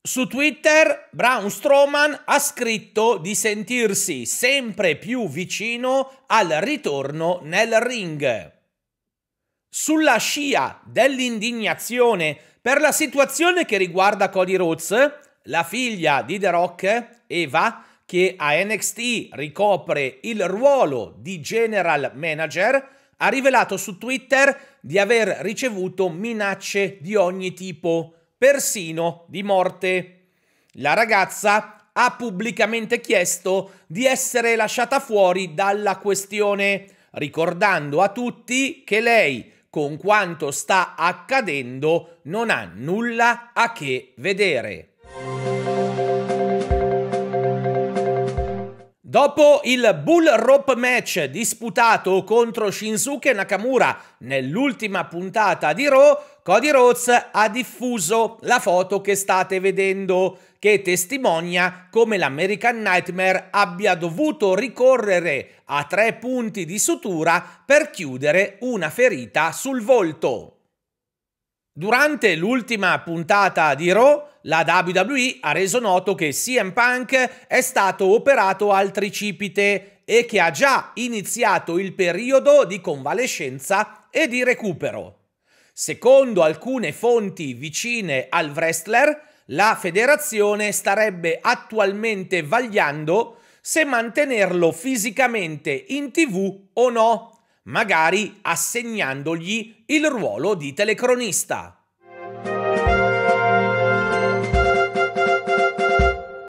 Su Twitter Braun Strowman ha scritto di sentirsi sempre più vicino al ritorno nel ring. Sulla scia dell'indignazione per la situazione che riguarda Cody Rhodes, la figlia di The Rock, Eva, che a NXT ricopre il ruolo di general manager, ha rivelato su Twitter di aver ricevuto minacce di ogni tipo, persino di morte. La ragazza ha pubblicamente chiesto di essere lasciata fuori dalla questione, ricordando a tutti che lei, con quanto sta accadendo, non ha nulla a che vedere. Dopo il Bull Rope match disputato contro Shinsuke Nakamura nell'ultima puntata di Raw, Cody Rhodes ha diffuso la foto che state vedendo, che testimonia come l'American Nightmare abbia dovuto ricorrere a 3 punti di sutura per chiudere una ferita sul volto. Durante l'ultima puntata di Raw, la WWE ha reso noto che CM Punk è stato operato al tricipite e che ha già iniziato il periodo di convalescenza e di recupero. Secondo alcune fonti vicine al wrestler, la federazione starebbe attualmente vagliando se mantenerlo fisicamente in TV o no, magari assegnandogli il ruolo di telecronista.